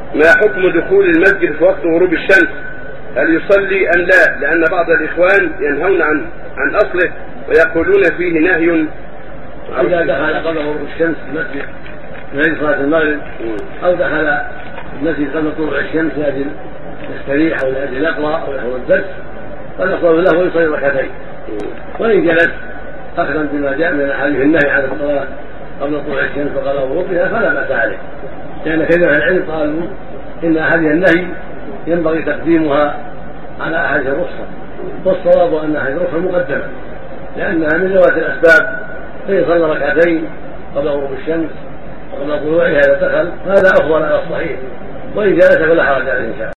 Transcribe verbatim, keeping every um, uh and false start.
ما حكم دخول المسجد في وقت غروب الشمس؟ هل يصلي أم لا؟ لأن بعض الإخوان ينهون عن عن أصله ويقولون فيه نهي. إذا دخل قبل غروب الشمس المسجد من أجل صلاة المغرب أو دخل المسجد قبل طلوع الشمس لأجل يستريح أو لأجل يقرأ أو يحضر الدرس فنقول له ويصلي ركعتين. وإن جلس أخذا بما جاء من الأحاديث النهي عن الصلاة قبل طلوع الشمس وقبل غروبها فلا بأس عليه، لأن كثير من العلم قالوا إن أحاديث النهي ينبغي تقديمها على أحاديث الرخصة، والصواب أن أحاديث الرخصة مقدمة لأنها من ذوات الأسباب، فإن صلى ركعتين قبل غروب الشمس وقبل طلوعها إذا دخل هذا أفضل على الصحيح، وإن جلس فلا حرج عليه إن شاء الله.